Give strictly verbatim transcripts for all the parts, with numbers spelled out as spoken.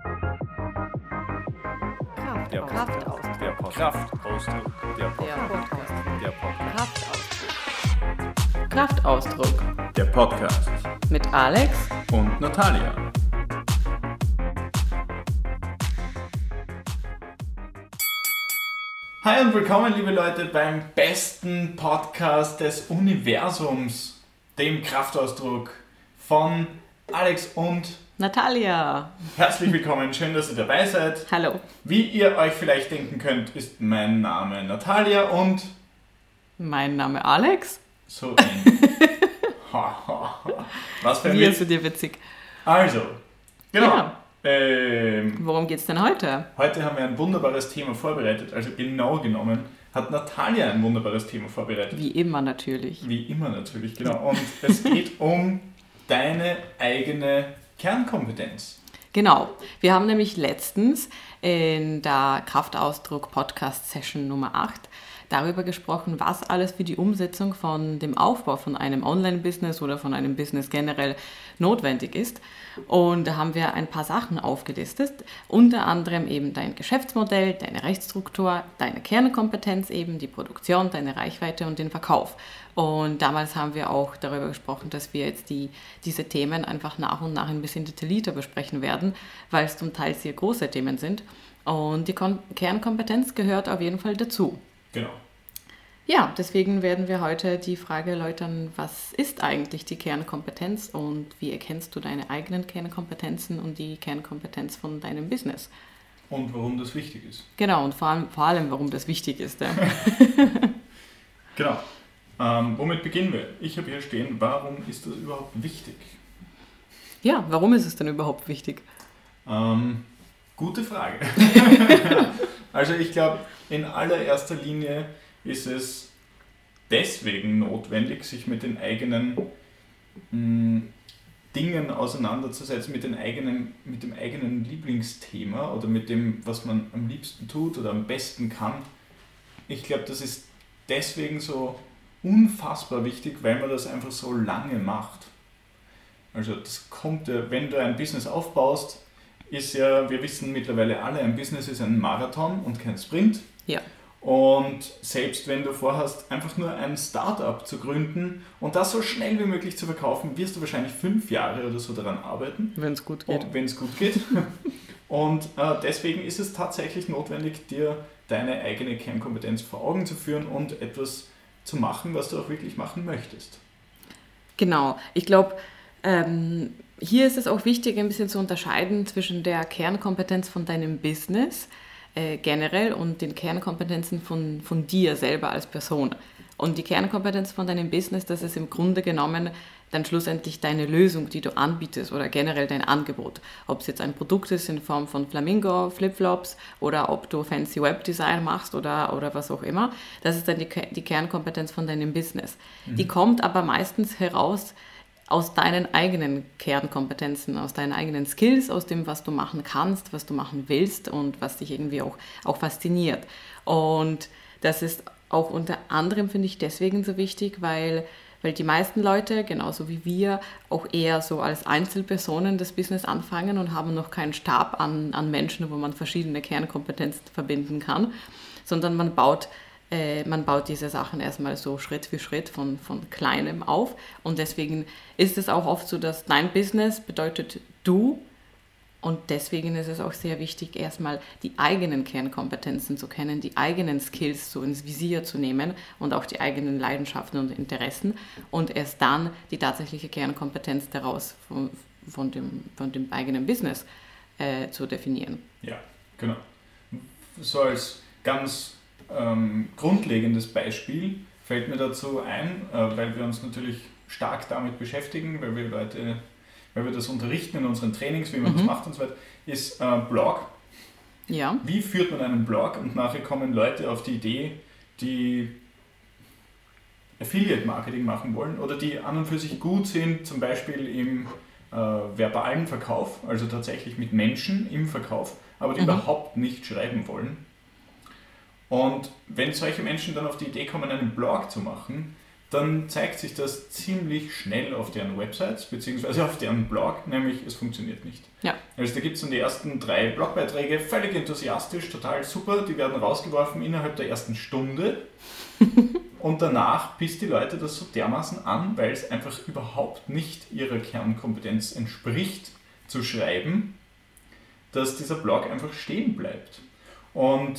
Kraft, Der Kraftausdruck. Der Kraftausdruck. Der Podcast. Der Podcast. Der Podcast. Kraftausdruck. Kraftausdruck Der Podcast. Mit Alex Und Natalia. Hi und willkommen, liebe Leute, beim besten Podcast des Universums, dem Kraftausdruck von Alex und Natalia. herzlich willkommen, schön, dass ihr dabei seid. Hallo. Wie ihr euch vielleicht denken könnt, ist mein Name Natalia und Mein Name Alex. so ein... Was für ein Wie Witz. ist du dir witzig? Also, genau. Ja. Ähm, Worum geht's denn heute? heute haben wir ein wunderbares Thema vorbereitet, also genau genommen hat Natalia ein wunderbares Thema vorbereitet. Wie immer natürlich. Wie immer natürlich, genau. Und es geht um deine eigene Kernkompetenz. Genau. Wir haben nämlich letztens in der Kraftausdruck Podcast Session Nummer acht darüber gesprochen, was alles für die Umsetzung von dem Aufbau von einem Online-Business oder von einem Business generell notwendig ist. Und da haben wir ein paar Sachen aufgelistet, unter anderem eben dein Geschäftsmodell, deine Rechtsstruktur, deine Kernkompetenz eben, die Produktion, deine Reichweite und den Verkauf. Und damals haben wir auch darüber gesprochen, dass wir jetzt die, diese Themen einfach nach und nach ein bisschen detaillierter besprechen werden, weil es zum Teil sehr große Themen sind. Und die Kon- Kernkompetenz gehört auf jeden Fall dazu. Genau. Ja, deswegen werden wir heute die Frage erläutern, was ist eigentlich die Kernkompetenz und wie erkennst du deine eigenen Kernkompetenzen und die Kernkompetenz von deinem Business? Und warum das wichtig ist. Genau, und vor allem, vor allem warum das wichtig ist. Ja. Genau. Ähm, womit beginnen wir? Ich habe hier stehen, warum ist das überhaupt wichtig? Ja, warum ist es denn überhaupt wichtig? Ähm, gute Frage. Also ich glaube, in allererster Linie ist es deswegen notwendig, sich mit den eigenen mh, Dingen auseinanderzusetzen, mit, den eigenen, mit dem eigenen Lieblingsthema oder mit dem, was man am liebsten tut oder am besten kann. Ich glaube, das ist deswegen so unfassbar wichtig, weil man das einfach so lange macht. Also das kommt ja, wenn du ein Business aufbaust, ist ja, wir wissen mittlerweile alle, ein Business ist ein Marathon und kein Sprint. Ja. Und selbst wenn du vorhast, einfach nur ein Startup zu gründen und das so schnell wie möglich zu verkaufen, wirst du wahrscheinlich fünf Jahre oder so daran arbeiten. Wenn es gut geht. Und wenn es gut geht. Und äh, deswegen ist es tatsächlich notwendig, dir deine eigene Kernkompetenz vor Augen zu führen und etwas zu machen, was du auch wirklich machen möchtest. Genau, ich glaube, ähm, hier ist es auch wichtig, ein bisschen zu unterscheiden zwischen der Kernkompetenz von deinem Business äh, generell und den Kernkompetenzen von, von dir selber als Person. Und die Kernkompetenz von deinem Business, das ist im Grunde genommen dann schlussendlich deine Lösung, die du anbietest oder generell dein Angebot. Ob es jetzt ein Produkt ist in Form von Flamingo, Flipflops oder ob du fancy Webdesign machst oder, oder was auch immer. Das ist dann die, die Kernkompetenz von deinem Business. Mhm. Die kommt aber meistens heraus aus deinen eigenen Kernkompetenzen, aus deinen eigenen Skills, aus dem, was du machen kannst, was du machen willst und was dich irgendwie auch, auch fasziniert. Und das ist auch unter anderem, finde ich, deswegen so wichtig, weil, weil die meisten Leute, genauso wie wir, auch eher so als Einzelpersonen das Business anfangen und haben noch keinen Stab an, an Menschen, wo man verschiedene Kernkompetenzen verbinden kann, sondern man baut Man baut diese Sachen erstmal so Schritt für Schritt von, von Kleinem auf und deswegen ist es auch oft so, dass dein Business bedeutet du und deswegen ist es auch sehr wichtig, erstmal die eigenen Kernkompetenzen zu kennen, die eigenen Skills so ins Visier zu nehmen und auch die eigenen Leidenschaften und Interessen und erst dann die tatsächliche Kernkompetenz daraus von, von, dem, von dem eigenen Business äh, zu definieren. Ja, genau. So als ganz Ähm, grundlegendes Beispiel fällt mir dazu ein, äh, weil wir uns natürlich stark damit beschäftigen, weil wir Leute, weil wir das unterrichten in unseren Trainings, wie man mhm. das macht und so weiter, ist äh, Blog. Ja. Wie führt man einen Blog? Und nachher kommen Leute auf die Idee, die Affiliate-Marketing machen wollen oder die an und für sich gut sind, zum Beispiel im äh, verbalen Verkauf, also tatsächlich mit Menschen im Verkauf, aber die mhm. überhaupt nicht schreiben wollen. Und wenn solche Menschen dann auf die Idee kommen, einen Blog zu machen, dann zeigt sich das ziemlich schnell auf deren Websites bzw. auf deren Blog, nämlich es funktioniert nicht. Ja. Also da gibt es dann die ersten drei Blogbeiträge, völlig enthusiastisch, total super, die werden rausgeworfen innerhalb der ersten Stunde und danach pisst die Leute das so dermaßen an, weil es einfach überhaupt nicht ihrer Kernkompetenz entspricht, zu schreiben, dass dieser Blog einfach stehen bleibt. Und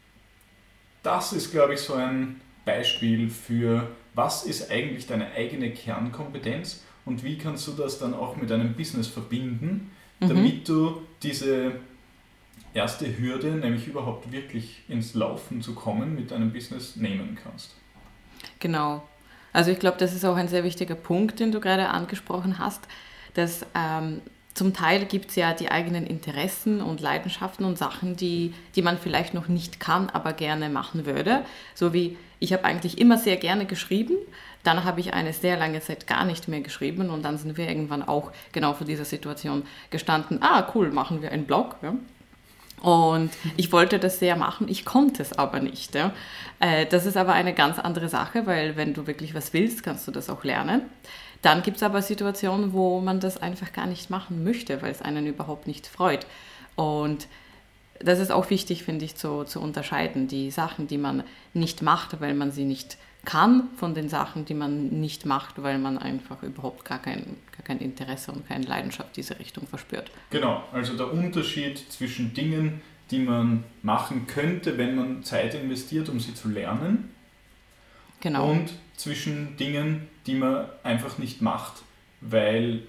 das ist, glaube ich, so ein Beispiel für, was ist eigentlich deine eigene Kernkompetenz und wie kannst du das dann auch mit deinem Business verbinden, mhm. damit du diese erste Hürde, nämlich überhaupt wirklich ins Laufen zu kommen, mit deinem Business nehmen kannst. Genau. Also ich glaube, das ist auch ein sehr wichtiger Punkt, den du gerade angesprochen hast, dass ähm, zum Teil gibt es ja die eigenen Interessen und Leidenschaften und Sachen, die, die man vielleicht noch nicht kann, aber gerne machen würde. So wie, ich habe eigentlich immer sehr gerne geschrieben, dann habe ich eine sehr lange Zeit gar nicht mehr geschrieben und dann sind wir irgendwann auch genau vor dieser Situation gestanden, ah cool, machen wir einen Blog. Ja? Und ich wollte das sehr machen, ich konnte es aber nicht. Ja? Äh, das ist aber eine ganz andere Sache, weil wenn du wirklich was willst, kannst du das auch lernen. Dann gibt es aber Situationen, wo man das einfach gar nicht machen möchte, weil es einen überhaupt nicht freut. Und das ist auch wichtig, finde ich, zu, zu unterscheiden. Die Sachen, die man nicht macht, weil man sie nicht kann, von den Sachen, die man nicht macht, weil man einfach überhaupt gar kein, gar kein Interesse und keine Leidenschaft diese Richtung verspürt. Genau, also der Unterschied zwischen Dingen, die man machen könnte, wenn man Zeit investiert, um sie zu lernen, genau. und zwischen Dingen, die man einfach nicht macht, weil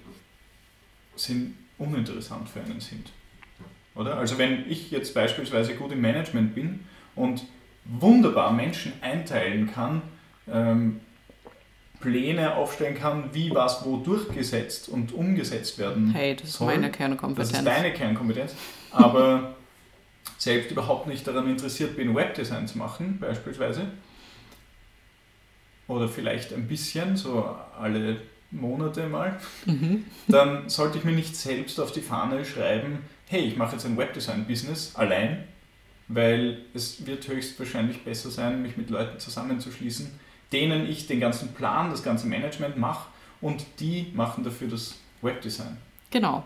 sie uninteressant für einen sind. Oder? Also wenn ich jetzt beispielsweise gut im Management bin und wunderbar Menschen einteilen kann, ähm, Pläne aufstellen kann, wie was wo durchgesetzt und umgesetzt werden Hey, das ist soll. meine Kernkompetenz. Das ist deine Kernkompetenz, aber selbst überhaupt nicht daran interessiert bin, Webdesign zu machen, beispielsweise, oder vielleicht ein bisschen, so alle Monate mal, mhm. dann sollte ich mir nicht selbst auf die Fahne schreiben, hey, ich mache jetzt ein Webdesign-Business allein, weil es wird höchstwahrscheinlich besser sein, mich mit Leuten zusammenzuschließen, denen ich den ganzen Plan, das ganze Management mache und die machen dafür das Webdesign. Genau,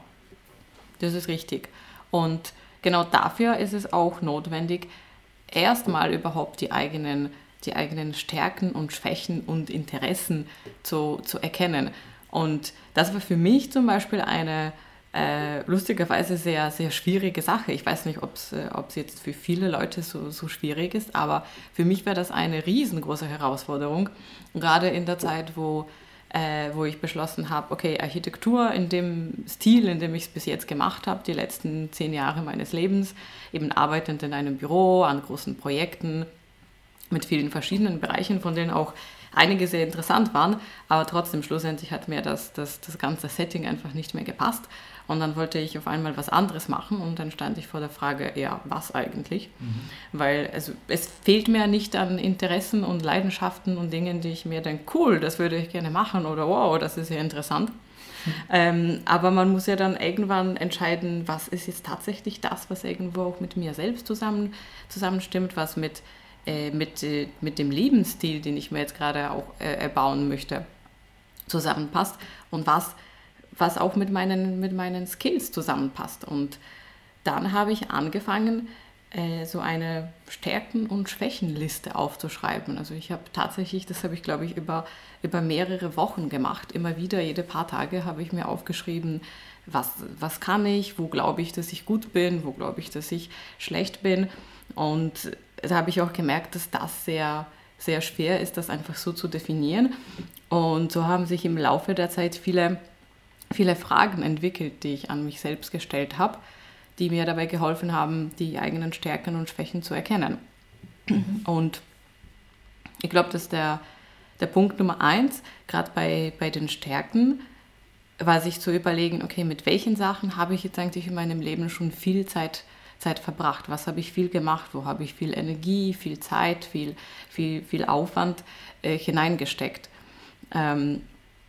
das ist richtig. Und genau dafür ist es auch notwendig, erstmal überhaupt die eigenen die eigenen Stärken und Schwächen und Interessen zu, zu erkennen. Und das war für mich zum Beispiel eine äh, lustigerweise sehr, sehr schwierige Sache. Ich weiß nicht, ob es äh, jetzt für viele Leute so, so schwierig ist, aber für mich war das eine riesengroße Herausforderung. Gerade in der Zeit, wo, äh, wo ich beschlossen habe, okay, Architektur in dem Stil, in dem ich es bis jetzt gemacht habe, die letzten zehn Jahre meines Lebens, eben arbeitend in einem Büro, an großen Projekten, mit vielen verschiedenen Bereichen, von denen auch einige sehr interessant waren, aber trotzdem schlussendlich hat mir das, das, das ganze Setting einfach nicht mehr gepasst und dann wollte ich auf einmal was anderes machen und dann stand ich vor der Frage, ja, was eigentlich? Mhm. Weil also, es fehlt mir nicht an Interessen und Leidenschaften und Dingen, die ich mir denke, cool, das würde ich gerne machen oder wow, das ist ja interessant. Mhm. Ähm, aber man muss ja dann irgendwann entscheiden, was ist jetzt tatsächlich das, was irgendwo auch mit mir selbst zusammen, zusammenstimmt, was mit Mit, mit dem Lebensstil, den ich mir jetzt gerade auch äh, erbauen möchte, zusammenpasst und was, was auch mit meinen, mit meinen Skills zusammenpasst. Und dann habe ich angefangen, äh, so eine Stärken- und Schwächenliste aufzuschreiben. Also ich habe tatsächlich, das habe ich glaube ich über, über mehrere Wochen gemacht, immer wieder, jede paar Tage habe ich mir aufgeschrieben, was, was kann ich, wo glaube ich, dass ich gut bin, wo glaube ich, dass ich schlecht bin. Und da habe ich auch gemerkt, dass das sehr, sehr schwer ist, das einfach so zu definieren. Und so haben sich im Laufe der Zeit viele, viele Fragen entwickelt, die ich an mich selbst gestellt habe, die mir dabei geholfen haben, die eigenen Stärken und Schwächen zu erkennen. Und ich glaube, dass der, der Punkt Nummer eins, gerade bei, bei den Stärken, war sich zu überlegen, okay, mit welchen Sachen habe ich jetzt eigentlich in meinem Leben schon viel Zeit Zeit verbracht, was habe ich viel gemacht, wo habe ich viel Energie, viel Zeit, viel, viel, viel Aufwand äh, hineingesteckt. Ähm,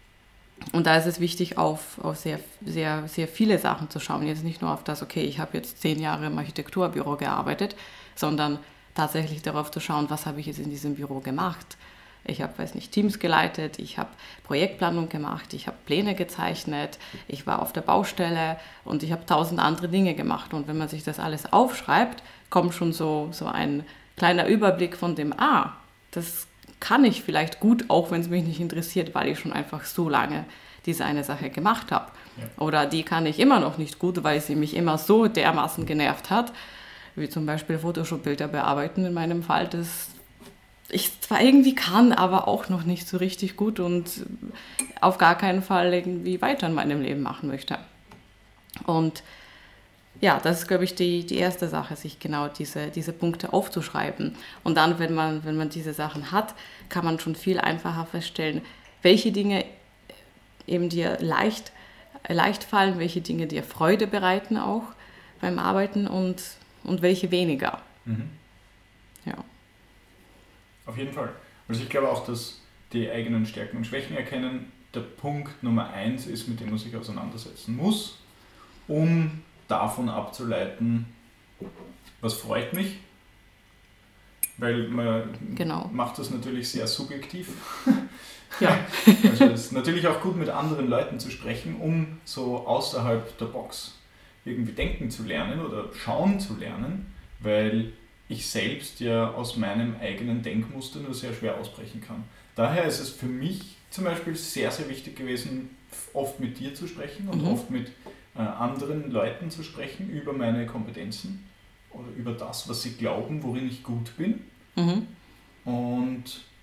und da ist es wichtig, auf, auf sehr, sehr, sehr viele Sachen zu schauen. Jetzt nicht nur auf das, okay, ich habe jetzt zehn Jahre im Architekturbüro gearbeitet, sondern tatsächlich darauf zu schauen, was habe ich jetzt in diesem Büro gemacht. Ich habe, weiß nicht, Teams geleitet, ich habe Projektplanung gemacht, ich habe Pläne gezeichnet, ich war auf der Baustelle und ich habe tausend andere Dinge gemacht. Und wenn man sich das alles aufschreibt, kommt schon so, so ein kleiner Überblick von dem, ah, das kann ich vielleicht gut, auch wenn es mich nicht interessiert, weil ich schon einfach so lange diese eine Sache gemacht habe. Ja. Oder die kann ich immer noch nicht gut, weil sie mich immer so dermaßen genervt hat, wie zum Beispiel Photoshop-Bilder bearbeiten in meinem Fall, das ich zwar irgendwie kann, aber auch noch nicht so richtig gut und auf gar keinen Fall irgendwie weiter in meinem Leben machen möchte. Und ja, das ist, glaube ich, die, die erste Sache, sich genau diese, diese Punkte aufzuschreiben. Und dann, wenn man, wenn man diese Sachen hat, kann man schon viel einfacher feststellen, welche Dinge eben dir leicht, leicht fallen, welche Dinge dir Freude bereiten auch beim Arbeiten und, und welche weniger. Mhm. Ja. Auf jeden Fall. Also ich glaube auch, dass die eigenen Stärken und Schwächen erkennen der Punkt Nummer eins ist, mit dem man sich auseinandersetzen muss, um davon abzuleiten, was freut mich, weil man genau. macht das natürlich sehr subjektiv. Ja. Also es ist natürlich auch gut, mit anderen Leuten zu sprechen, um so außerhalb der Box irgendwie denken zu lernen oder schauen zu lernen, weil ich selbst ja aus meinem eigenen Denkmuster nur sehr schwer ausbrechen kann. Daher ist es für mich zum Beispiel sehr, sehr wichtig gewesen, oft mit dir zu sprechen und mhm. oft mit äh, anderen Leuten zu sprechen über meine Kompetenzen oder über das, was sie glauben, worin ich gut bin. Mhm. Und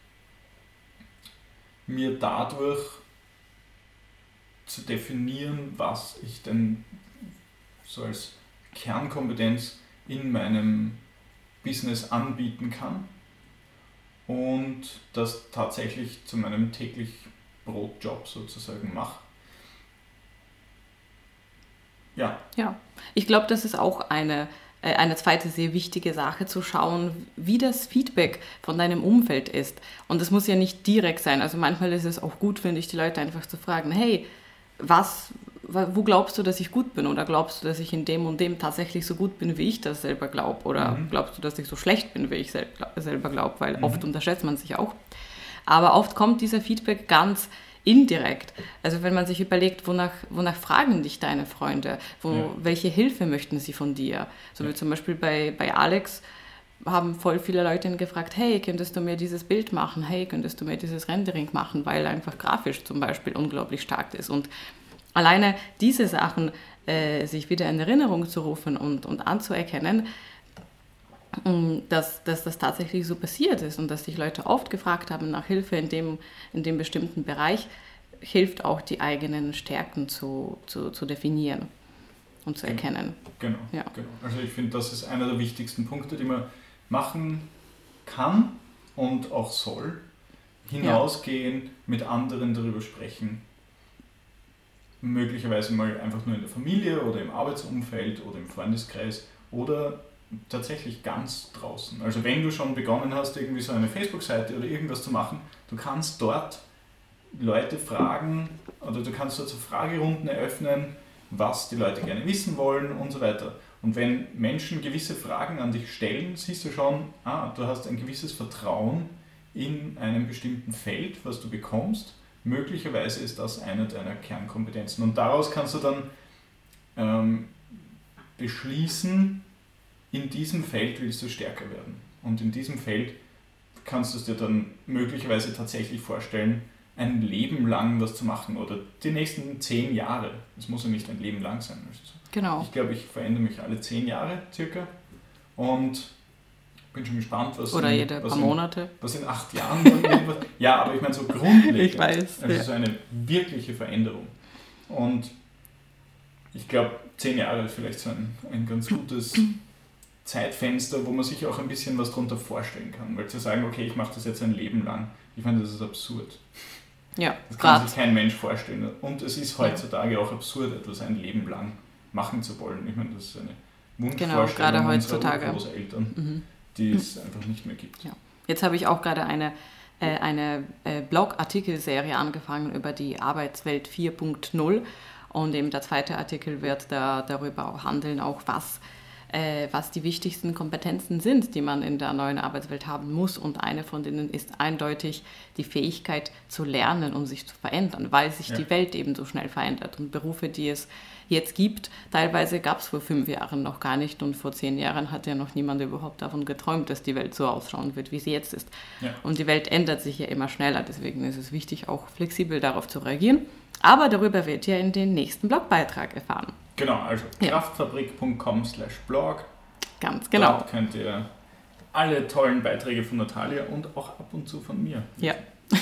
mir dadurch zu definieren, was ich denn so als Kernkompetenz in meinem Business anbieten kann und das tatsächlich zu meinem täglich Brotjob sozusagen mache. Ja. Ja, ich glaube, das ist auch eine, eine zweite sehr wichtige Sache, zu schauen, wie das Feedback von deinem Umfeld ist. Und das muss ja nicht direkt sein. Also manchmal ist es auch gut, finde ich, die Leute einfach zu fragen, hey, was, wo glaubst du, dass ich gut bin? Oder glaubst du, dass ich in dem und dem tatsächlich so gut bin, wie ich das selber glaube? Oder mhm. glaubst du, dass ich so schlecht bin, wie ich selber glaube? Weil mhm. oft unterschätzt man sich auch. Aber oft kommt dieser Feedback ganz indirekt. Also wenn man sich überlegt, wonach, wonach fragen dich deine Freunde? Wo, ja. Welche Hilfe möchten sie von dir? So ja. wie zum Beispiel bei, bei Alex haben voll viele Leute ihn gefragt, hey, könntest du mir dieses Bild machen? Hey, könntest du mir dieses Rendering machen? Weil er einfach grafisch zum Beispiel unglaublich stark ist. Und alleine diese Sachen äh, sich wieder in Erinnerung zu rufen und, und anzuerkennen, dass, dass das tatsächlich so passiert ist und dass sich Leute oft gefragt haben nach Hilfe in dem, in dem bestimmten Bereich, hilft auch, die eigenen Stärken zu, zu, zu definieren und zu erkennen. Genau, ja. genau. Also ich finde, das ist einer der wichtigsten Punkte, die man machen kann und auch soll. Hinausgehen, ja. mit anderen darüber sprechen. Möglicherweise mal einfach nur in der Familie oder im Arbeitsumfeld oder im Freundeskreis oder tatsächlich ganz draußen. Also wenn du schon begonnen hast, irgendwie so eine Facebook-Seite oder irgendwas zu machen, du kannst dort Leute fragen oder du kannst dort so Fragerunden eröffnen, was die Leute gerne wissen wollen und so weiter. Und wenn Menschen gewisse Fragen an dich stellen, siehst du schon, ah, du hast ein gewisses Vertrauen in einem bestimmten Feld, was du bekommst. Möglicherweise ist das eine deiner Kernkompetenzen. Und daraus kannst du dann ähm, beschließen, in diesem Feld willst du stärker werden. Und in diesem Feld kannst du es dir dann möglicherweise tatsächlich vorstellen, ein Leben lang was zu machen oder die nächsten zehn Jahre. Das muss ja nicht ein Leben lang sein. Genau. Ich glaube, ich verändere mich alle zehn Jahre circa und bin schon gespannt, was oder in, jede was paar in, Monate. Was in acht Jahren irgendwas. Ja, aber ich meine so grundlegend. Ich weiß. Also ja. so eine wirkliche Veränderung. Und ich glaube, zehn Jahre ist vielleicht so ein, ein ganz gutes Zeitfenster, wo man sich auch ein bisschen was darunter vorstellen kann. Weil zu sagen, okay, ich mache das jetzt ein Leben lang, ich meine, das ist absurd. Ja, das kann grad. sich kein Mensch vorstellen. Und es ist heutzutage auch absurd, etwas ein Leben lang machen zu wollen. Ich meine, das ist eine Wunschvorstellung genau, gerade heutzutage. unserer Großeltern, mhm. die es einfach nicht mehr gibt. Ja. Jetzt habe ich auch gerade eine, äh, eine äh, Blog-Artikelserie angefangen über die Arbeitswelt vier Punkt null und eben der zweite Artikel wird da, darüber auch handeln, auch was äh, was die wichtigsten Kompetenzen sind, die man in der neuen Arbeitswelt haben muss. Und eine von denen ist eindeutig die Fähigkeit zu lernen und sich zu verändern, weil sich ja. die Welt eben so schnell verändert. Und Berufe, die es jetzt gibt, teilweise gab es vor fünf Jahren noch gar nicht und vor zehn Jahren hat ja noch niemand überhaupt davon geträumt, dass die Welt so ausschauen wird, wie sie jetzt ist. Ja. Und die Welt ändert sich ja immer schneller, deswegen ist es wichtig, auch flexibel darauf zu reagieren. Aber darüber wird ihr in den nächsten Blogbeitrag erfahren. Genau, also ja. kraftfabrik punkt com slash blog. Ganz genau. Dort könnt ihr alle tollen Beiträge von Natalia und auch ab und zu von mir. Ja.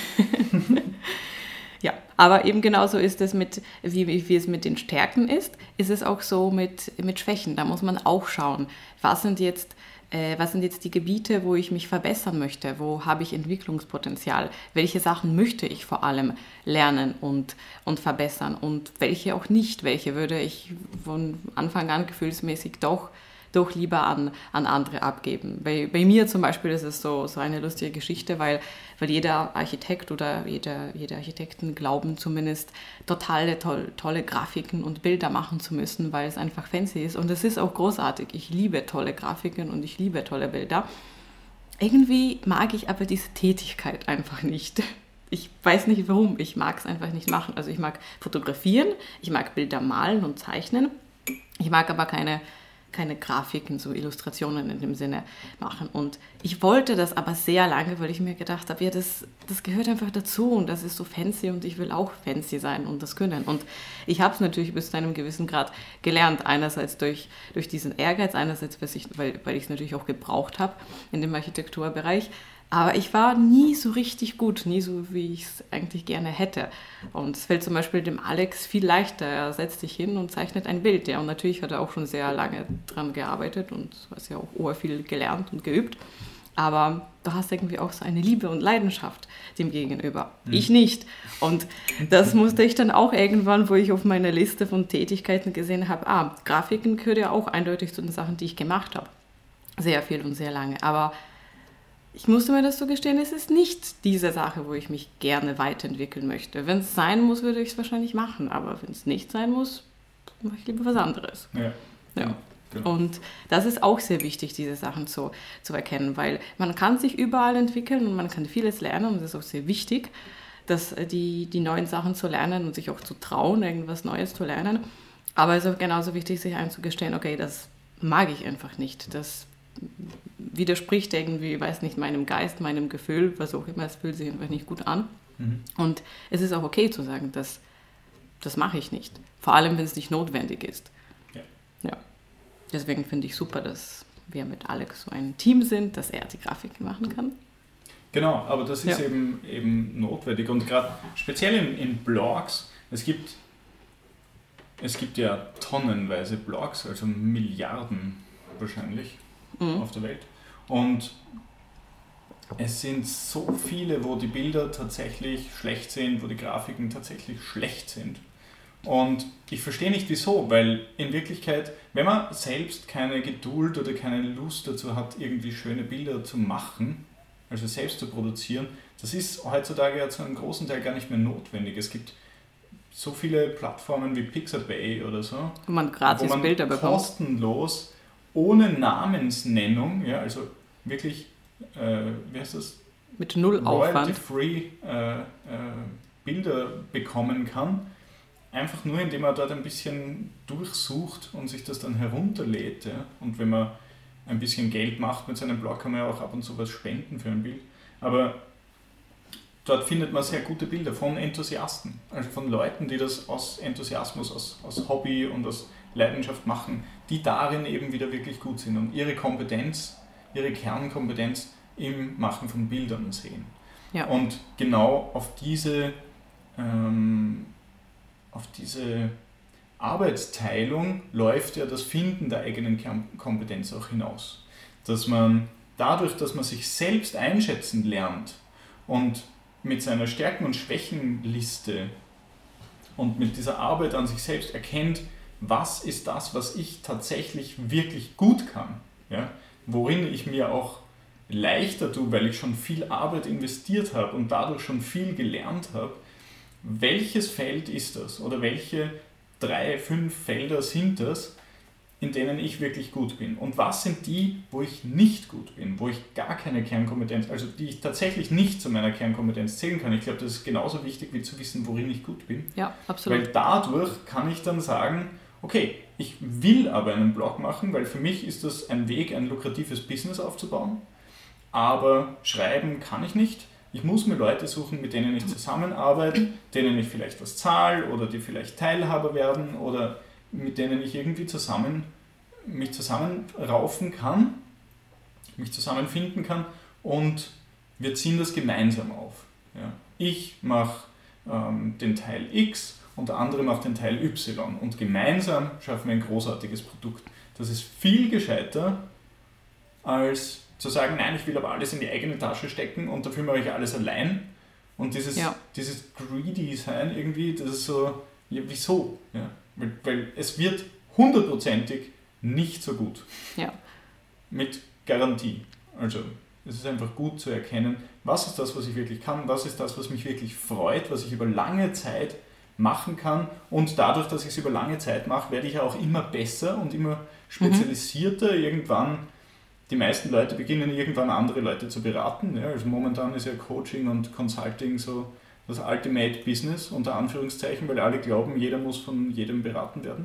Ja, aber eben genauso ist es mit, wie, wie es mit den Stärken ist, ist es auch so mit, mit Schwächen. Da muss man auch schauen, was sind jetzt, äh, was sind jetzt die Gebiete, wo ich mich verbessern möchte, wo habe ich Entwicklungspotenzial, welche Sachen möchte ich vor allem lernen und, und verbessern und welche auch nicht, welche würde ich von Anfang an gefühlsmäßig doch doch lieber an, an andere abgeben. Bei, bei mir zum Beispiel ist es so, so eine lustige Geschichte, weil, weil jeder Architekt oder jeder, jeder Architekten glauben zumindest, totale toll, tolle Grafiken und Bilder machen zu müssen, weil es einfach fancy ist. Und es ist auch großartig. Ich liebe tolle Grafiken und ich liebe tolle Bilder. Irgendwie mag ich aber diese Tätigkeit einfach nicht. Ich weiß nicht warum, ich mag es einfach nicht machen. Also ich mag fotografieren, ich mag Bilder malen und zeichnen. Ich mag aber keine keine Grafiken, so Illustrationen in dem Sinne machen. Und ich wollte das aber sehr lange, weil ich mir gedacht habe, ja, das, das gehört einfach dazu und das ist so fancy und ich will auch fancy sein und das können. Und ich habe es natürlich bis zu einem gewissen Grad gelernt, einerseits durch, durch diesen Ehrgeiz, einerseits, weil, weil ich es natürlich auch gebraucht habe in dem Architekturbereich. Aber ich war nie so richtig gut, nie so, wie ich es eigentlich gerne hätte. Und es fällt zum Beispiel dem Alex viel leichter. Er setzt sich hin und zeichnet ein Bild. Ja, und natürlich hat er auch schon sehr lange dran gearbeitet und hat ja auch sehr viel gelernt und geübt. Aber du hast irgendwie auch so eine Liebe und Leidenschaft dem Gegenüber. Mhm. Ich nicht. Und das musste ich dann auch irgendwann, wo ich auf meiner Liste von Tätigkeiten gesehen habe, ah, Grafiken gehört ja auch eindeutig zu den Sachen, die ich gemacht habe. Sehr viel und sehr lange. Aber ich musste mir das so gestehen, es ist nicht diese Sache, wo ich mich gerne weiterentwickeln möchte. Wenn es sein muss, würde ich es wahrscheinlich machen, aber wenn es nicht sein muss, mache ich lieber was anderes. Ja. Ja. Genau. Und das ist auch sehr wichtig, diese Sachen zu, zu erkennen, weil man kann sich überall entwickeln und man kann vieles lernen und es ist auch sehr wichtig, dass die, die neuen Sachen zu lernen und sich auch zu trauen, irgendwas Neues zu lernen. Aber es ist auch genauso wichtig, sich einzugestehen, okay, das mag ich einfach nicht, das widerspricht irgendwie, weiß nicht, meinem Geist, meinem Gefühl, was auch immer, es fühlt sich einfach nicht gut an. Mhm. Und es ist auch okay zu sagen, dass das mache ich nicht. Vor allem, wenn es nicht notwendig ist. Ja. Ja. Deswegen finde ich super, dass wir mit Alex so ein Team sind, dass er die Grafiken machen kann. Genau, aber das ist ja. eben, eben notwendig. Und gerade speziell in, in Blogs, es gibt, es gibt ja tonnenweise Blogs, also Milliarden wahrscheinlich mhm. auf der Welt. Und es sind so viele, wo die Bilder tatsächlich schlecht sind, wo die Grafiken tatsächlich schlecht sind. Und ich verstehe nicht wieso, weil in Wirklichkeit, wenn man selbst keine Geduld oder keine Lust dazu hat, irgendwie schöne Bilder zu machen, also selbst zu produzieren, das ist heutzutage ja zu einem großen Teil gar nicht mehr notwendig. Es gibt so viele Plattformen wie Pixabay oder so, wo man gratis wo man Bilder bekommt, kostenlos, ohne Namensnennung, ja, also wirklich, äh, wie heißt das? Mit null Aufwand. Royalty-free äh, äh, Bilder bekommen kann. Einfach nur, indem man dort ein bisschen durchsucht und sich das dann herunterlädt. Ja? Und wenn man ein bisschen Geld macht mit seinem Blog, kann man ja auch ab und zu was spenden für ein Bild. Aber dort findet man sehr gute Bilder von Enthusiasten. Also von Leuten, die das aus Enthusiasmus, aus, aus Hobby und aus Leidenschaft machen, die darin eben wieder wirklich gut sind und ihre Kompetenz, ihre Kernkompetenz im Machen von Bildern sehen. Ja. Und genau auf diese ähm, auf diese Arbeitsteilung läuft ja das Finden der eigenen Kernkompetenz auch hinaus. Dass man dadurch, dass man sich selbst einschätzen lernt und mit seiner Stärken- und Schwächenliste und mit dieser Arbeit an sich selbst erkennt, was ist das, was ich tatsächlich wirklich gut kann, ja? Worin ich mir auch leichter tue, weil ich schon viel Arbeit investiert habe und dadurch schon viel gelernt habe. Welches Feld ist das oder welche drei, fünf Felder sind das, in denen ich wirklich gut bin und was sind die, wo ich nicht gut bin, wo ich gar keine Kernkompetenz, also die ich tatsächlich nicht zu meiner Kernkompetenz zählen kann. Ich glaube, das ist genauso wichtig, wie zu wissen, worin ich gut bin. Ja, absolut. Weil dadurch kann ich dann sagen, okay, ich will aber einen Blog machen, weil für mich ist das ein Weg, ein lukratives Business aufzubauen, aber schreiben kann ich nicht. Ich muss mir Leute suchen, mit denen ich zusammenarbeite, denen ich vielleicht was zahle oder die vielleicht Teilhaber werden oder mit denen ich irgendwie zusammen, mich zusammenraufen kann, mich zusammenfinden kann und wir ziehen das gemeinsam auf. Ja. Ich mache ähm, den Teil X und der andere macht den Teil Y und gemeinsam schaffen wir ein großartiges Produkt. Das ist viel gescheiter, als zu sagen, nein, ich will aber alles in die eigene Tasche stecken und dafür mache ich alles allein. Und dieses, ja. dieses greedy sein irgendwie, das ist so, ja, wieso? Ja. Weil, weil es wird hundertprozentig nicht so gut. Ja. Mit Garantie. Also es ist einfach gut zu erkennen, was ist das, was ich wirklich kann, was ist das, was mich wirklich freut, was ich über lange Zeit machen kann und dadurch, dass ich es über lange Zeit mache, werde ich auch immer besser und immer spezialisierter. Mhm. Irgendwann, die meisten Leute beginnen irgendwann andere Leute zu beraten. Ja, also momentan ist ja Coaching und Consulting so das Ultimate Business, unter Anführungszeichen, weil alle glauben, jeder muss von jedem beraten werden.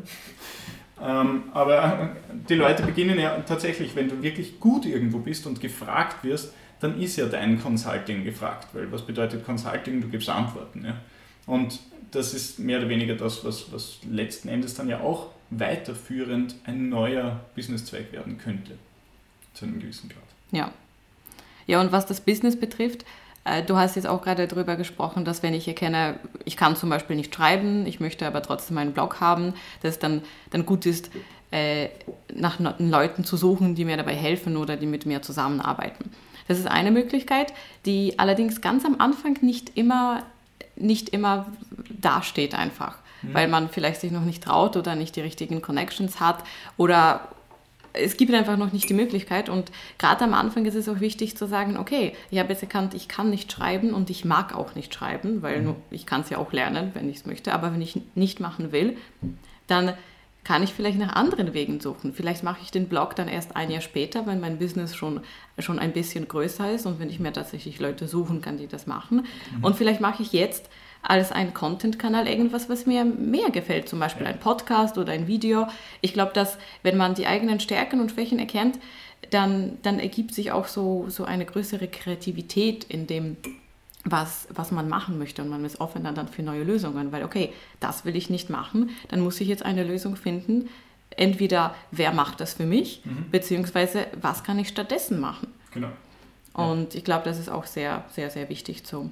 ähm, aber die Leute beginnen ja tatsächlich, wenn du wirklich gut irgendwo bist und gefragt wirst, dann ist ja dein Consulting gefragt, weil was bedeutet Consulting? Du gibst Antworten. Ja? Und das ist mehr oder weniger das, was, was letzten Endes dann ja auch weiterführend ein neuer Businesszweig werden könnte, zu einem gewissen Grad. Ja. Ja, und was das Business betrifft, du hast jetzt auch gerade darüber gesprochen, dass wenn ich erkenne, ich kann zum Beispiel nicht schreiben, ich möchte aber trotzdem einen Blog haben, dass es dann, dann gut ist, äh, nach Leuten zu suchen, die mir dabei helfen oder die mit mir zusammenarbeiten. Das ist eine Möglichkeit, die allerdings ganz am Anfang nicht immer, nicht immer dasteht einfach, mhm. weil man vielleicht sich noch nicht traut oder nicht die richtigen Connections hat oder es gibt einfach noch nicht die Möglichkeit und gerade am Anfang ist es auch wichtig zu sagen, okay, ich habe jetzt erkannt, ich kann nicht schreiben und ich mag auch nicht schreiben, weil mhm. ich kann es ja auch lernen, wenn ich es möchte, aber wenn ich nicht machen will, dann kann ich vielleicht nach anderen Wegen suchen. Vielleicht mache ich den Blog dann erst ein Jahr später, wenn mein Business schon, schon ein bisschen größer ist und wenn ich mir tatsächlich Leute suchen kann, die das machen. Mhm. Und vielleicht mache ich jetzt als ein Content-Kanal irgendwas, was mir mehr gefällt, zum Beispiel ein Podcast oder ein Video. Ich glaube, dass wenn man die eigenen Stärken und Schwächen erkennt, dann, dann ergibt sich auch so, so eine größere Kreativität in dem, was, was man machen möchte und man ist offener dann für neue Lösungen, weil okay, das will ich nicht machen, dann muss ich jetzt eine Lösung finden, entweder wer macht das für mich, mhm. beziehungsweise was kann ich stattdessen machen. Genau. Ja. Und ich glaube, das ist auch sehr, sehr, sehr wichtig zu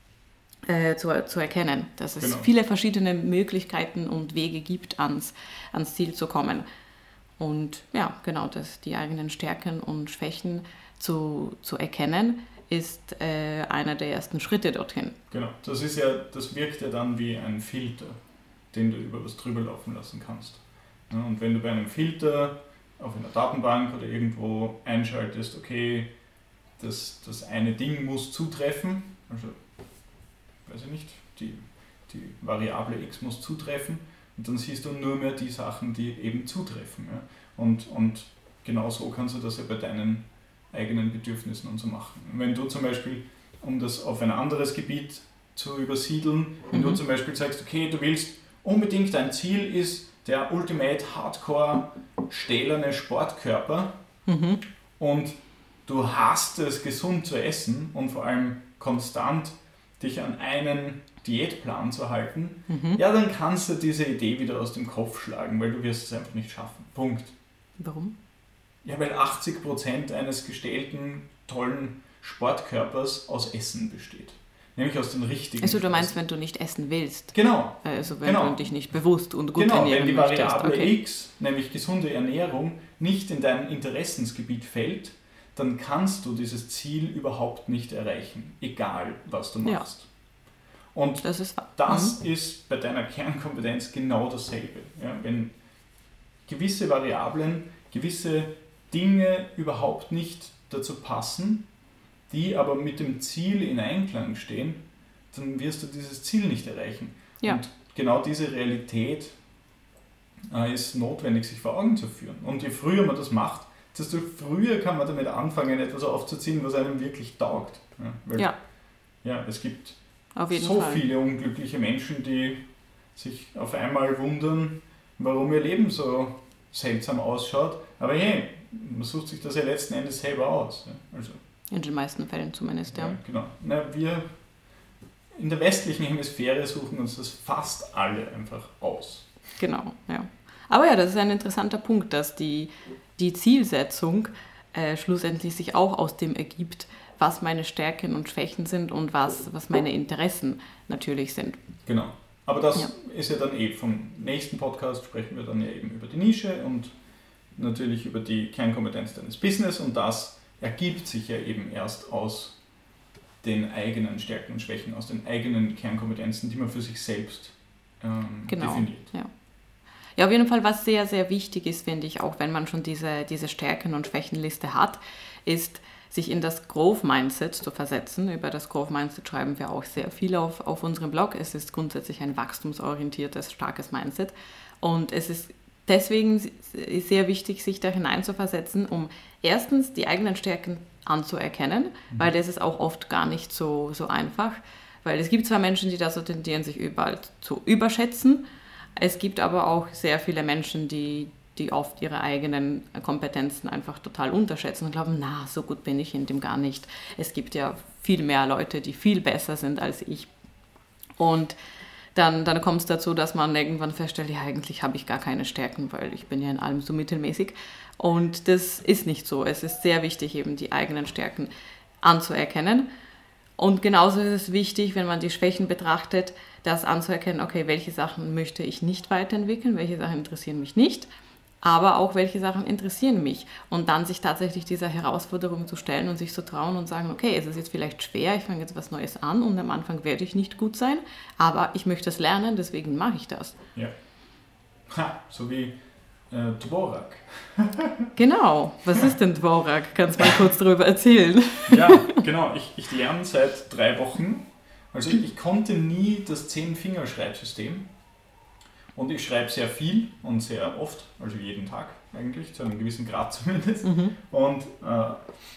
Äh, zu, zu erkennen, dass es genau. viele verschiedene Möglichkeiten und Wege gibt, ans, ans Ziel zu kommen. Und ja, genau, dass die eigenen Stärken und Schwächen zu, zu erkennen, ist äh, einer der ersten Schritte dorthin. Genau, das ist ja, das wirkt ja dann wie ein Filter, den du über was drüber laufen lassen kannst. Ja, und wenn du bei einem Filter auf einer Datenbank oder irgendwo einschaltest, okay, das, das eine Ding muss zutreffen, also weiß ich nicht, die, die Variable x muss zutreffen und dann siehst du nur mehr die Sachen, die eben zutreffen. Ja? Und, und genau so kannst du das ja bei deinen eigenen Bedürfnissen und so machen. Wenn du zum Beispiel, um das auf ein anderes Gebiet zu übersiedeln, wenn mhm. du zum Beispiel sagst, okay, du willst unbedingt, dein Ziel ist der Ultimate Hardcore stählerne Sportkörper mhm. und du hast es, gesund zu essen und vor allem konstant dich an einen Diätplan zu halten, mhm. ja, dann kannst du diese Idee wieder aus dem Kopf schlagen, weil du wirst es einfach nicht schaffen. Punkt. Warum? Ja, weil achtzig Prozent eines gestählten, tollen Sportkörpers aus Essen besteht. Nämlich aus den richtigen Also du meinst, wenn du nicht essen willst? Genau. Also wenn genau. du dich nicht bewusst und gut genau, ernähren möchtest. Genau, wenn die Variable okay. X, nämlich gesunde Ernährung, nicht in dein Interessensgebiet fällt, dann kannst du dieses Ziel überhaupt nicht erreichen, egal was du machst. Ja, und das, ist, das mhm. ist bei deiner Kernkompetenz genau dasselbe. Ja, wenn gewisse Variablen, gewisse Dinge überhaupt nicht dazu passen, die aber mit dem Ziel in Einklang stehen, dann wirst du dieses Ziel nicht erreichen. Ja. Und genau diese Realität äh, ist notwendig, sich vor Augen zu führen. Und je früher man das macht, desto früher kann man damit anfangen, etwas aufzuziehen, was einem wirklich taugt. Ja, weil, Ja. ja, es gibt Auf jeden so Fall. viele unglückliche Menschen, die sich auf einmal wundern, warum ihr Leben so seltsam ausschaut. Aber hey, man sucht sich das ja letzten Endes selber aus. Ja. Also, In den meisten Fällen zumindest, ja. ja, genau. Na, wir in der westlichen Hemisphäre suchen uns das fast alle einfach aus. Genau, ja. Aber ja, das ist ein interessanter Punkt, dass die, die Zielsetzung äh, schlussendlich sich auch aus dem ergibt, was meine Stärken und Schwächen sind und was, was meine Interessen natürlich sind. Genau. Aber das Ja. ist ja dann eh, vom nächsten Podcast sprechen wir dann ja eben über die Nische und natürlich über die Kernkompetenz deines Business, und das ergibt sich ja eben erst aus den eigenen Stärken und Schwächen, aus den eigenen Kernkompetenzen, die man für sich selbst ähm, Genau. definiert. Ja. Ja, auf jeden Fall, was sehr, sehr wichtig ist, finde ich, auch wenn man schon diese, diese Stärken- und Schwächenliste hat, ist, sich in das Growth-Mindset zu versetzen. Über das Growth-Mindset schreiben wir auch sehr viel auf, auf unserem Blog. Es ist grundsätzlich ein wachstumsorientiertes, starkes Mindset. Und es ist deswegen sehr wichtig, sich da hineinzuversetzen, um erstens die eigenen Stärken anzuerkennen, mhm. weil das ist auch oft gar nicht so, so einfach. Weil es gibt zwar Menschen, die da so tendieren, sich überall zu überschätzen. Es gibt aber auch sehr viele Menschen, die, die oft ihre eigenen Kompetenzen einfach total unterschätzen und glauben, na, so gut bin ich in dem gar nicht. Es gibt ja viel mehr Leute, die viel besser sind als ich. Und dann, dann kommt es dazu, dass man irgendwann feststellt, ja, eigentlich habe ich gar keine Stärken, weil ich bin ja in allem so mittelmäßig. Und das ist nicht so. Es ist sehr wichtig, eben die eigenen Stärken anzuerkennen. Und genauso ist es wichtig, wenn man die Schwächen betrachtet, das anzuerkennen, okay, welche Sachen möchte ich nicht weiterentwickeln, welche Sachen interessieren mich nicht, aber auch welche Sachen interessieren mich. Und dann sich tatsächlich dieser Herausforderung zu stellen und sich zu trauen und sagen, okay, es ist jetzt vielleicht schwer, ich fange jetzt was Neues an und am Anfang werde ich nicht gut sein, aber ich möchte es lernen, deswegen mache ich das. Ja. Ha, so wie äh, Dvorak. Genau. Was ist denn Dvorak? Kannst du mal kurz darüber erzählen? Ja, genau. Ich, ich lerne seit drei Wochen. Also ich, ich konnte nie das Zehn-Finger-Schreibsystem. Und ich schreibe sehr viel und sehr oft, also jeden Tag eigentlich, zu einem gewissen Grad zumindest. Mhm. Und äh,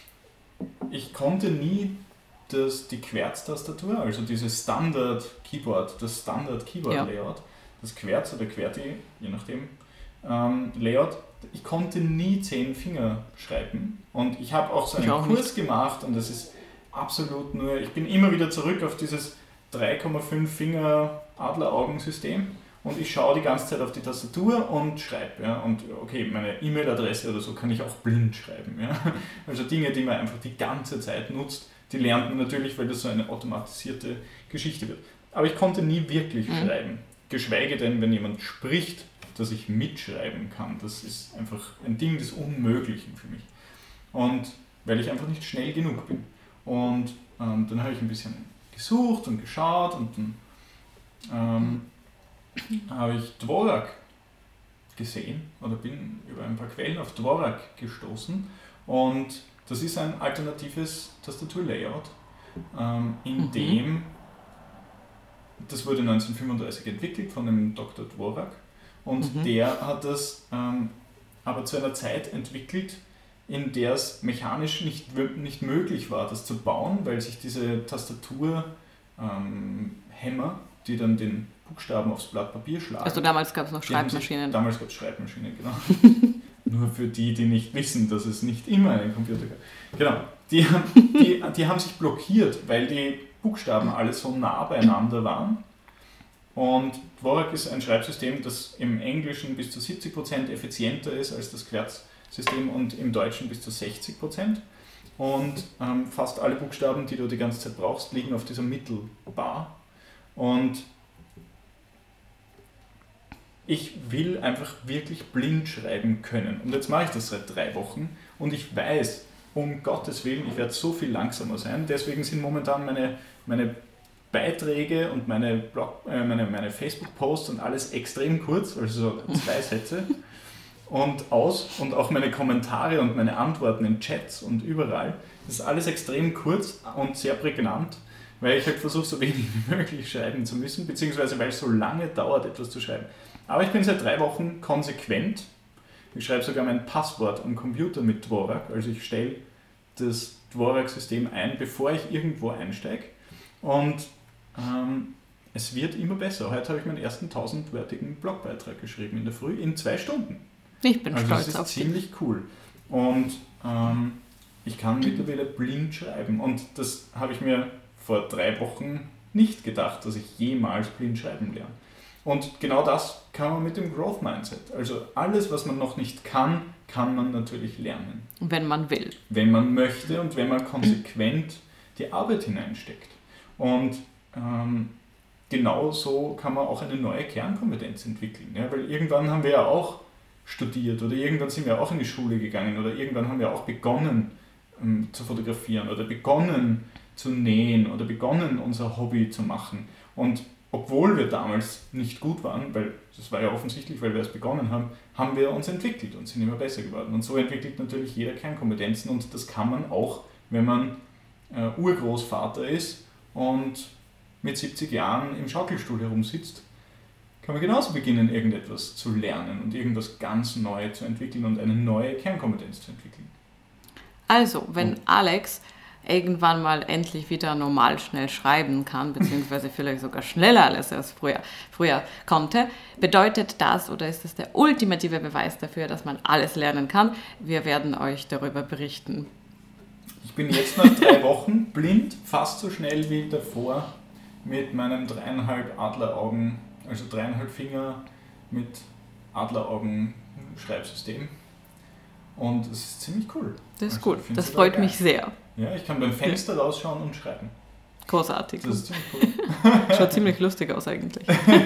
ich konnte nie das, die Querz-Tastatur, also dieses Standard-Keyboard, das Standard-Keyboard-Layout, ja. das Querz oder Querti, je nachdem, ähm, Layout, ich konnte nie zehn Finger schreiben. Und ich habe auch so einen auch Kurs nicht. gemacht und das ist absolut nur, ich bin immer wieder zurück auf dieses drei Komma fünf Finger Adleraugensystem. Und ich schaue die ganze Zeit auf die Tastatur und schreibe. Ja? Und okay, meine E-Mail-Adresse oder so kann ich auch blind schreiben. Ja? Also Dinge, die man einfach die ganze Zeit nutzt, die lernt man natürlich, weil das so eine automatisierte Geschichte wird. Aber ich konnte nie wirklich mhm. schreiben. Geschweige denn, wenn jemand spricht, dass ich mitschreiben kann. Das ist einfach ein Ding des Unmöglichen für mich. Und weil ich einfach nicht schnell genug bin. Und ähm, dann habe ich ein bisschen gesucht und geschaut und dann ähm, habe ich Dvorak gesehen oder bin über ein paar Quellen auf Dvorak gestoßen und das ist ein alternatives Tastaturlayout, ähm, in mhm. dem, das wurde neunzehnhundertfünfunddreißig entwickelt von dem Doktor Dvorak und mhm. der hat das ähm, aber zu einer Zeit entwickelt, in der es mechanisch nicht, nicht möglich war, das zu bauen, weil sich diese Tastaturhämmer, ähm, die dann den Buchstaben aufs Blatt Papier schlagen. Also damals gab es noch Schreibmaschinen. Sich, damals gab es Schreibmaschinen, genau. Nur für die, die nicht wissen, dass es nicht immer einen Computer gab. Genau, die, die, die haben sich blockiert, weil die Buchstaben alle so nah beieinander waren. Und Dvorak ist ein Schreibsystem, das im Englischen bis zu siebzig Prozent effizienter ist als das Querz-System und im Deutschen bis zu sechzig Prozent. Und ähm, fast alle Buchstaben, die du die ganze Zeit brauchst, liegen auf dieser Mittelbar. Und ich will einfach wirklich blind schreiben können. Und jetzt mache ich das seit drei Wochen und ich weiß, um Gottes Willen, ich werde so viel langsamer sein. Deswegen sind momentan meine, meine Beiträge und meine, Blog, äh, meine, meine Facebook-Posts und alles extrem kurz, also so zwei Sätze und aus. Und auch meine Kommentare und meine Antworten in Chats und überall. Das ist alles extrem kurz und sehr prägnant, weil ich halt versuche, so wenig wie möglich schreiben zu müssen, beziehungsweise weil es so lange dauert, etwas zu schreiben. Aber ich bin seit drei Wochen konsequent. Ich schreibe sogar mein Passwort am Computer mit Dvorak. Also ich stelle das Dvorak-System ein, bevor ich irgendwo einsteige. Und ähm, es wird immer besser. Heute habe ich meinen ersten tausendwörtigen Blogbeitrag geschrieben in der Früh in zwei Stunden. Ich bin also stolz das auf ist dich. ziemlich cool. Und ähm, ich kann mittlerweile blind schreiben. Und das habe ich mir vor drei Wochen nicht gedacht, dass ich jemals blind schreiben lerne. Und genau das kann man mit dem Growth Mindset. Also alles, was man noch nicht kann, kann man natürlich lernen. Wenn man will. Wenn man möchte und wenn man konsequent die Arbeit hineinsteckt. Und ähm, genau so kann man auch eine neue Kernkompetenz entwickeln. Ja? Weil irgendwann haben wir ja auch studiert oder irgendwann sind wir auch in die Schule gegangen oder irgendwann haben wir auch begonnen ähm, zu fotografieren oder begonnen zu nähen oder begonnen unser Hobby zu machen. Und obwohl wir damals nicht gut waren, weil das war ja offensichtlich, weil wir es begonnen haben, haben wir uns entwickelt und sind immer besser geworden. Und so entwickelt natürlich jeder Kernkompetenzen und das kann man auch, wenn man äh, Urgroßvater ist und mit siebzig Jahren im Schaukelstuhl herumsitzt, kann man genauso beginnen, irgendetwas zu lernen und irgendwas ganz Neues zu entwickeln und eine neue Kernkompetenz zu entwickeln. Also, wenn Alex irgendwann mal endlich wieder normal schnell schreiben kann, beziehungsweise vielleicht sogar schneller als er es früher, früher konnte, bedeutet das oder ist das der ultimative Beweis dafür, dass man alles lernen kann? Wir werden euch darüber berichten. Ich bin jetzt nach drei Wochen blind, fast so schnell wie davor, mit meinem dreieinhalb Adleraugen, also dreieinhalb Finger mit Adleraugen-Schreibsystem. Und es ist ziemlich cool. Das ist also, gut, das freut geil. mich sehr. Ja, ich kann beim Fenster rausschauen und schreiben. Großartig. Das ist ziemlich cool. Schaut ziemlich lustig aus eigentlich.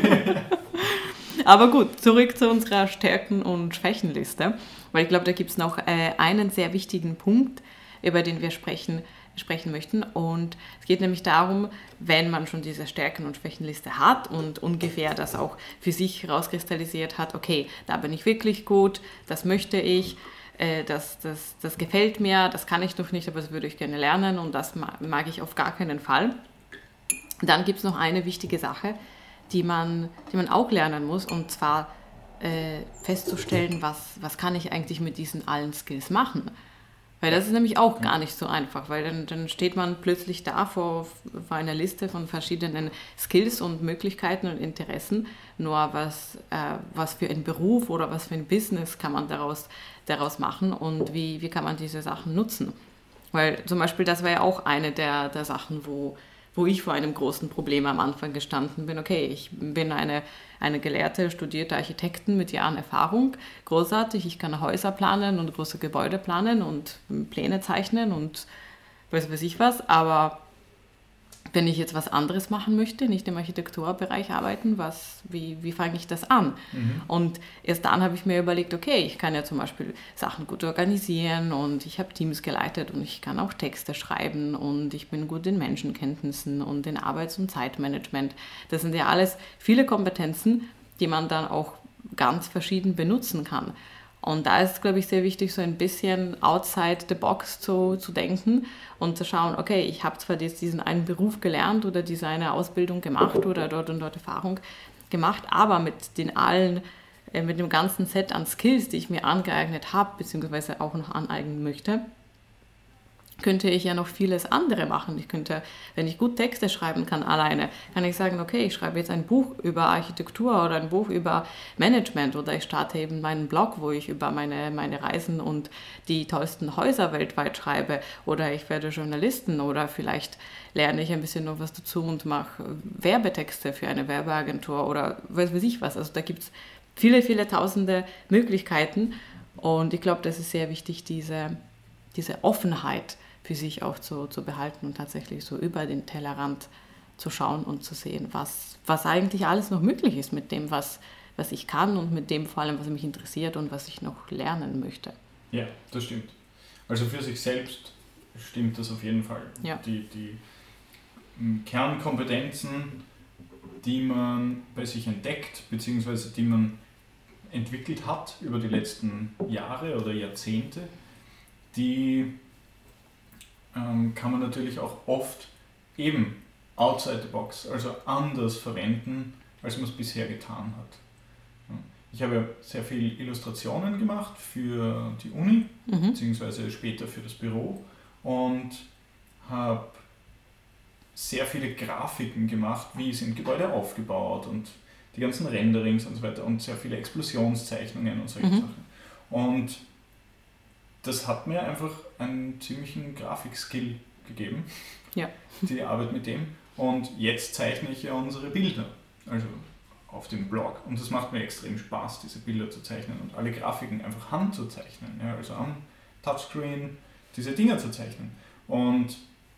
Aber gut, zurück zu unserer Stärken- und Schwächenliste. Weil ich glaube, da gibt es noch äh, einen sehr wichtigen Punkt, über den wir sprechen, sprechen möchten. Und es geht nämlich darum, wenn man schon diese Stärken- und Schwächenliste hat und ungefähr das auch für sich rauskristallisiert hat, okay, da bin ich wirklich gut, das möchte ich, äh, das, das, das gefällt mir, das kann ich noch nicht, aber das würde ich gerne lernen und das mag, mag ich auf gar keinen Fall. Dann gibt es noch eine wichtige Sache, die man, die man auch lernen muss, und zwar äh, festzustellen, was, was kann ich eigentlich mit diesen allen Skills machen. Weil das ist nämlich auch gar nicht so einfach, weil dann, dann steht man plötzlich da vor, vor einer Liste von verschiedenen Skills und Möglichkeiten und Interessen. Nur was, äh, was für ein Beruf oder was für ein Business kann man daraus, daraus machen und wie, wie kann man diese Sachen nutzen. Weil zum Beispiel, das war ja auch eine der, der Sachen, wo, wo ich vor einem großen Problem am Anfang gestanden bin. Okay, ich bin eine, eine gelehrte, studierte Architektin mit Jahren Erfahrung. Großartig, ich kann Häuser planen und große Gebäude planen und Pläne zeichnen und weiß weiß ich was. Aber wenn ich jetzt was anderes machen möchte, nicht im Architekturbereich arbeiten, was, wie, wie fange ich das an? Mhm. Und erst dann habe ich mir überlegt, okay, ich kann ja zum Beispiel Sachen gut organisieren und ich habe Teams geleitet und ich kann auch Texte schreiben und ich bin gut in Menschenkenntnissen und in Arbeits- und Zeitmanagement. Das sind ja alles viele Kompetenzen, die man dann auch ganz verschieden benutzen kann. Und da ist, glaube ich, sehr wichtig, so ein bisschen outside the box zu, zu denken und zu schauen, okay, ich habe zwar diesen einen Beruf gelernt oder diese eine Ausbildung gemacht oder dort und dort Erfahrung gemacht, aber mit den allen, äh, mit dem ganzen Set an Skills, die ich mir angeeignet habe, beziehungsweise auch noch aneignen möchte, könnte ich ja noch vieles andere machen. Ich könnte, wenn ich gut Texte schreiben kann alleine, kann ich sagen, okay, ich schreibe jetzt ein Buch über Architektur oder ein Buch über Management oder ich starte eben meinen Blog, wo ich über meine, meine Reisen und die tollsten Häuser weltweit schreibe oder ich werde Journalistin oder vielleicht lerne ich ein bisschen noch was dazu und mache Werbetexte für eine Werbeagentur oder weiß weiß ich was. Also da gibt es viele, viele tausende Möglichkeiten und ich glaube, das ist sehr wichtig, diese, diese Offenheit für sich auch zu, zu behalten und tatsächlich so über den Tellerrand zu schauen und zu sehen, was, was eigentlich alles noch möglich ist mit dem, was, was ich kann und mit dem vor allem, was mich interessiert und was ich noch lernen möchte. Ja, das stimmt. Also für sich selbst stimmt das auf jeden Fall. Ja. Die, die Kernkompetenzen, die man bei sich entdeckt, beziehungsweise die man entwickelt hat über die letzten Jahre oder Jahrzehnte, die ähm, kann man natürlich auch oft eben outside the box, also anders verwenden, als man es bisher getan hat. ich habe sehr viel Illustrationen gemacht für die Uni, Mhm. beziehungsweise später für das Büro und habe sehr viele Grafiken gemacht, wie sind Gebäude aufgebaut und die ganzen Renderings und so weiter und sehr viele Explosionszeichnungen und solche Mhm. Sachen. Und das hat mir einfach einen ziemlichen Grafikskill gegeben, Ja. die Arbeit mit dem. Und jetzt zeichne ich ja unsere Bilder, also auf dem Blog. Und das macht mir extrem Spaß, diese Bilder zu zeichnen und alle Grafiken einfach Hand zu zeichnen, ja, also am Touchscreen diese Dinger zu zeichnen. Und,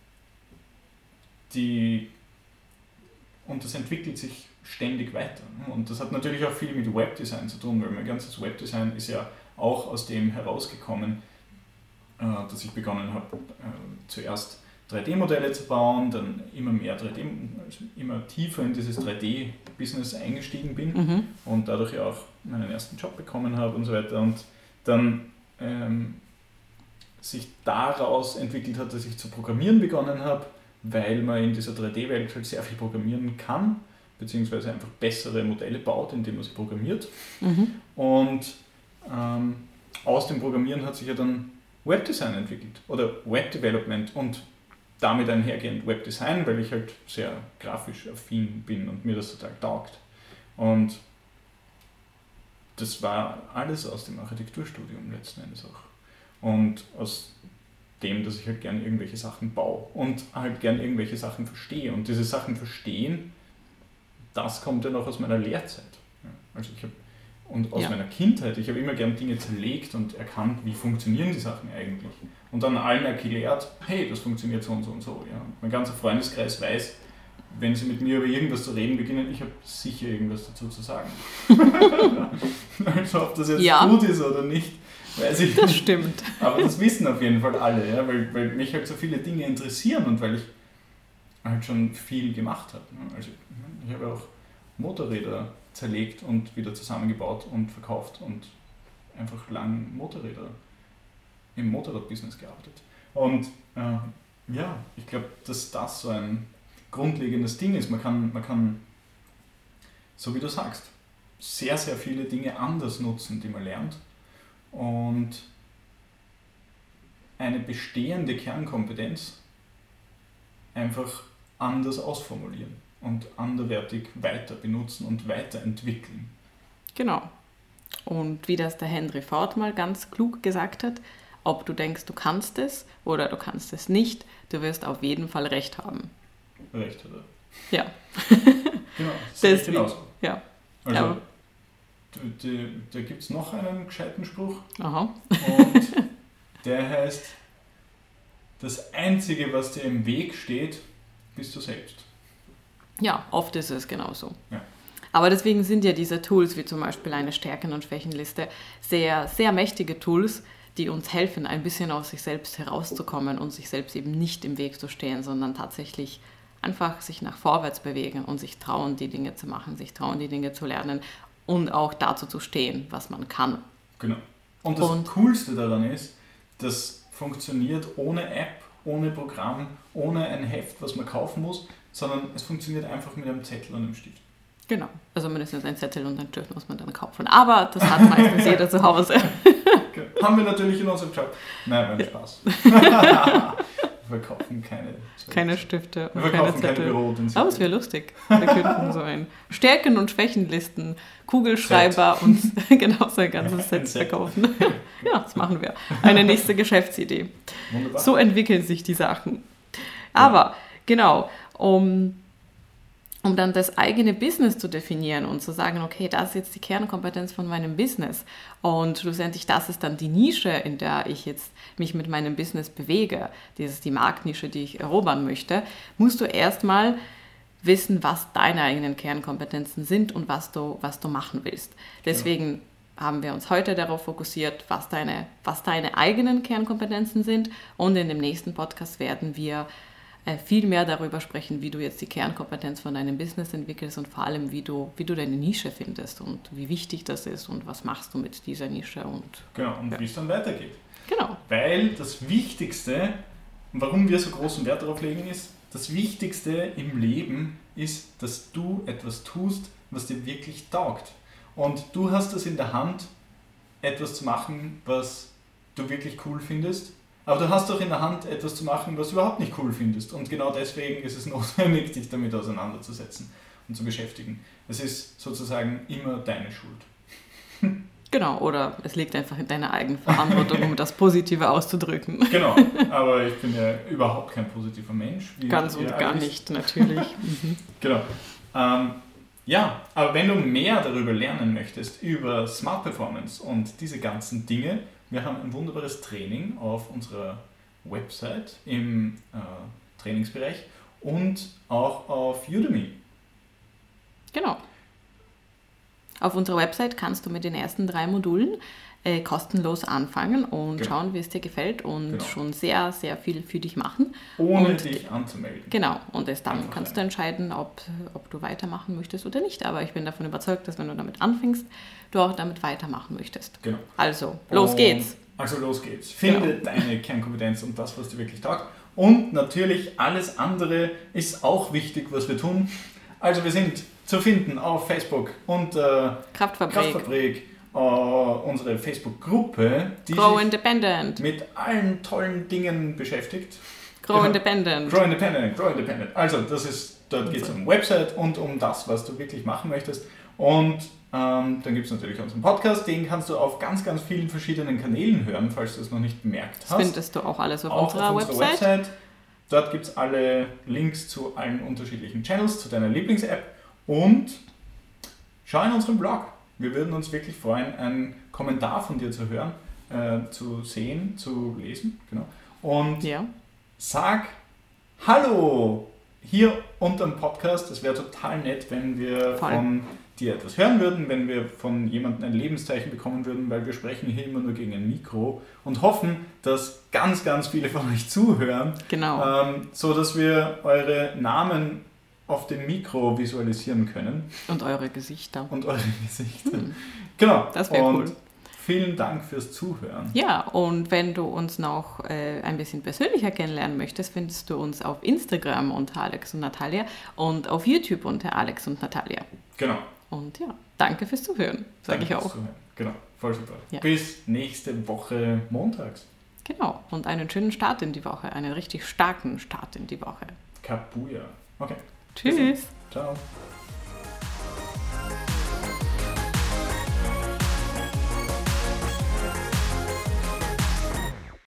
die, und das entwickelt sich ständig weiter. Und das hat natürlich auch viel mit Webdesign zu tun, weil mein ganzes Webdesign ist ja auch aus dem herausgekommen, äh, dass ich begonnen habe, äh, zuerst drei D-Modelle zu bauen, dann immer mehr drei D, also immer tiefer in dieses drei D-Business eingestiegen bin Mhm. und dadurch ja auch meinen ersten Job bekommen habe und so weiter. Und dann ähm, sich daraus entwickelt hat, dass ich zu programmieren begonnen habe, weil man in dieser drei D-Welt halt sehr viel programmieren kann, beziehungsweise einfach bessere Modelle baut, indem man sie programmiert. Mhm. Und ähm, aus dem Programmieren hat sich ja dann Webdesign entwickelt oder Webdevelopment und damit einhergehend Webdesign, weil ich halt sehr grafisch affin bin und mir das total taugt. Und das war alles aus dem Architekturstudium letzten Endes auch. Und aus dem, dass ich halt gern irgendwelche Sachen baue und halt gern irgendwelche Sachen verstehe. Und diese Sachen verstehen, das kommt ja noch aus meiner Lehrzeit. Ja, also ich habe und aus Ja. meiner Kindheit, ich habe immer gern Dinge zerlegt und erkannt, wie funktionieren die Sachen eigentlich. Und dann allen erklärt, hey, das funktioniert so und so und so. Ja. Mein ganzer Freundeskreis weiß, wenn sie mit mir über irgendwas zu reden beginnen, ich habe sicher irgendwas dazu zu sagen. Also ob das jetzt Ja. gut ist oder nicht, weiß ich Das nicht. stimmt. Aber das wissen auf jeden Fall alle, ja, weil, weil mich halt so viele Dinge interessieren und weil ich halt schon viel gemacht habe. Ne. Also ich habe auch Motorräder zerlegt und wieder zusammengebaut und verkauft und einfach lang Motorräder im Motorradbusiness gearbeitet. Und äh, ja, ich glaube, dass das so ein grundlegendes Ding ist. Man kann, man kann, so wie du sagst, sehr, sehr viele Dinge anders nutzen, die man lernt und eine bestehende Kernkompetenz einfach anders ausformulieren und anderwertig weiter benutzen und weiterentwickeln. Genau. Und wie das der Henry Ford mal ganz klug gesagt hat, ob du denkst, du kannst es oder du kannst es nicht, du wirst auf jeden Fall recht haben. Recht hat er. Ja. Genau, das sehe ich Deswegen. genauso. Ja. Also, Ja. da, da, da gibt es noch einen gescheiten Spruch Aha. und der heißt, das Einzige, was dir im Weg steht, bist du selbst. Ja, oft ist es genauso. Ja. Aber deswegen sind ja diese Tools, wie zum Beispiel eine Stärken- und Schwächenliste, sehr, sehr mächtige Tools, die uns helfen, ein bisschen aus sich selbst herauszukommen und sich selbst eben nicht im Weg zu stehen, sondern tatsächlich einfach sich nach vorwärts bewegen und sich trauen, die Dinge zu machen, sich trauen, die Dinge zu lernen und auch dazu zu stehen, was man kann. Genau. Und das Und- Coolste daran ist, das funktioniert ohne App, ohne Programm, ohne ein Heft, was man kaufen muss, sondern es funktioniert einfach mit einem Zettel und einem Stift. Genau. Also mindestens ein Zettel und ein Stift muss man dann kaufen. Aber das hat meistens jeder zu Hause. Okay. Haben wir natürlich in unserem Job. Nein, mein Spaß. Wir verkaufen keine Zettel. Keine Stifte Wir und keine verkaufen keine Zettel. Büroutensilien. Aber es wäre lustig. Wir könnten so ein Stärken- und Schwächenlisten, Kugelschreiber und genau so ein ganzes Set Set. verkaufen. Ja, das machen wir. Eine nächste Geschäftsidee. Wunderbar. So entwickeln sich die Sachen. Aber genau, um, um dann das eigene Business zu definieren und zu sagen, okay, das ist jetzt die Kernkompetenz von meinem Business und schlussendlich das ist dann die Nische, in der ich jetzt mich mit meinem Business bewege, das ist die Marktnische, die ich erobern möchte, musst du erstmal wissen, was deine eigenen Kernkompetenzen sind und was du, was du machen willst. Deswegen haben wir uns heute darauf fokussiert, was deine, was deine eigenen Kernkompetenzen sind und in dem nächsten Podcast werden wir äh, viel mehr darüber sprechen, wie du jetzt die Kernkompetenz von deinem Business entwickelst und vor allem, wie du, wie du deine Nische findest und wie wichtig das ist und was machst du mit dieser Nische und Genau, und Ja. wie es dann weitergeht. genau. Weil das Wichtigste, warum wir so großen Wert darauf legen, ist, das Wichtigste im Leben ist, dass du etwas tust, was dir wirklich taugt. Und du hast es in der Hand, etwas zu machen, was du wirklich cool findest. Aber du hast auch in der Hand, etwas zu machen, was du überhaupt nicht cool findest. Und genau deswegen ist es notwendig, dich damit auseinanderzusetzen und zu beschäftigen. Es ist sozusagen immer deine Schuld. Genau, oder es liegt einfach in deiner eigenen Verantwortung, um das Positive auszudrücken. Genau, aber ich bin ja überhaupt kein positiver Mensch. Ganz und gar nicht, natürlich. Mhm. Genau. Ähm, ja, aber wenn du mehr darüber lernen möchtest, über Smart Performance und diese ganzen Dinge, wir haben ein wunderbares Training auf unserer Website im äh, Trainingsbereich und auch auf Udemy. Genau. Auf unserer Website kannst du mit den ersten drei Modulen äh, kostenlos anfangen und genau. schauen, wie es dir gefällt und genau. schon sehr, sehr viel für dich machen. Ohne und, dich anzumelden. Genau, und es dann Einfach kannst rein. du entscheiden, ob, ob du weitermachen möchtest oder nicht. Aber ich bin davon überzeugt, dass wenn du damit anfängst, du auch damit weitermachen möchtest. Genau. Also, los und, geht's! Also los geht's. Finde genau. deine Kernkompetenz und das, was dir wirklich taugt. Und natürlich alles andere ist auch wichtig, was wir tun. Also wir sind zu finden auf Facebook unter Kraftfabrik, Kraftfabrik äh, unsere Facebook-Gruppe, die Grow sich Independent. mit allen tollen Dingen beschäftigt. Grow genau. Independent. Grow Independent, Grow Independent. Also das ist, dort geht es um Website und um das, was du wirklich machen möchtest. Und ähm, dann gibt es natürlich unseren Podcast, den kannst du auf ganz, ganz vielen verschiedenen Kanälen hören, falls du es noch nicht bemerkt hast. Das findest du auch alles auf, auch unserer, auf unserer Website. Website. Dort gibt es alle Links zu allen unterschiedlichen Channels, zu deiner Lieblings-App. Und schau in unseren Blog. Wir würden uns wirklich freuen, einen Kommentar von dir zu hören, äh, zu sehen, zu lesen. Genau. Und ja. sag Hallo hier unter dem Podcast. Es wäre total nett, wenn wir Voll. von dir etwas hören würden, wenn wir von jemandem ein Lebenszeichen bekommen würden, weil wir sprechen hier immer nur gegen ein Mikro und hoffen, dass ganz, ganz viele von euch zuhören, Genau. ähm, so dass wir eure Namen auf dem Mikro visualisieren können. Und eure Gesichter. Und eure Gesichter. Hm. Genau. Das wäre Und cool. Vielen Dank fürs Zuhören. Ja, und wenn du uns noch äh, ein bisschen persönlicher kennenlernen möchtest, findest du uns auf Instagram unter Alex und Natalia und auf YouTube unter Alex und Natalia. Genau. Und ja, danke fürs Zuhören, sage ich Danke auch. fürs Zuhören. Genau, voll super. Ja. Bis nächste Woche montags. Genau, und einen schönen Start in die Woche, einen richtig starken Start in die Woche. Kapuja. Okay. Tschüss. Ciao.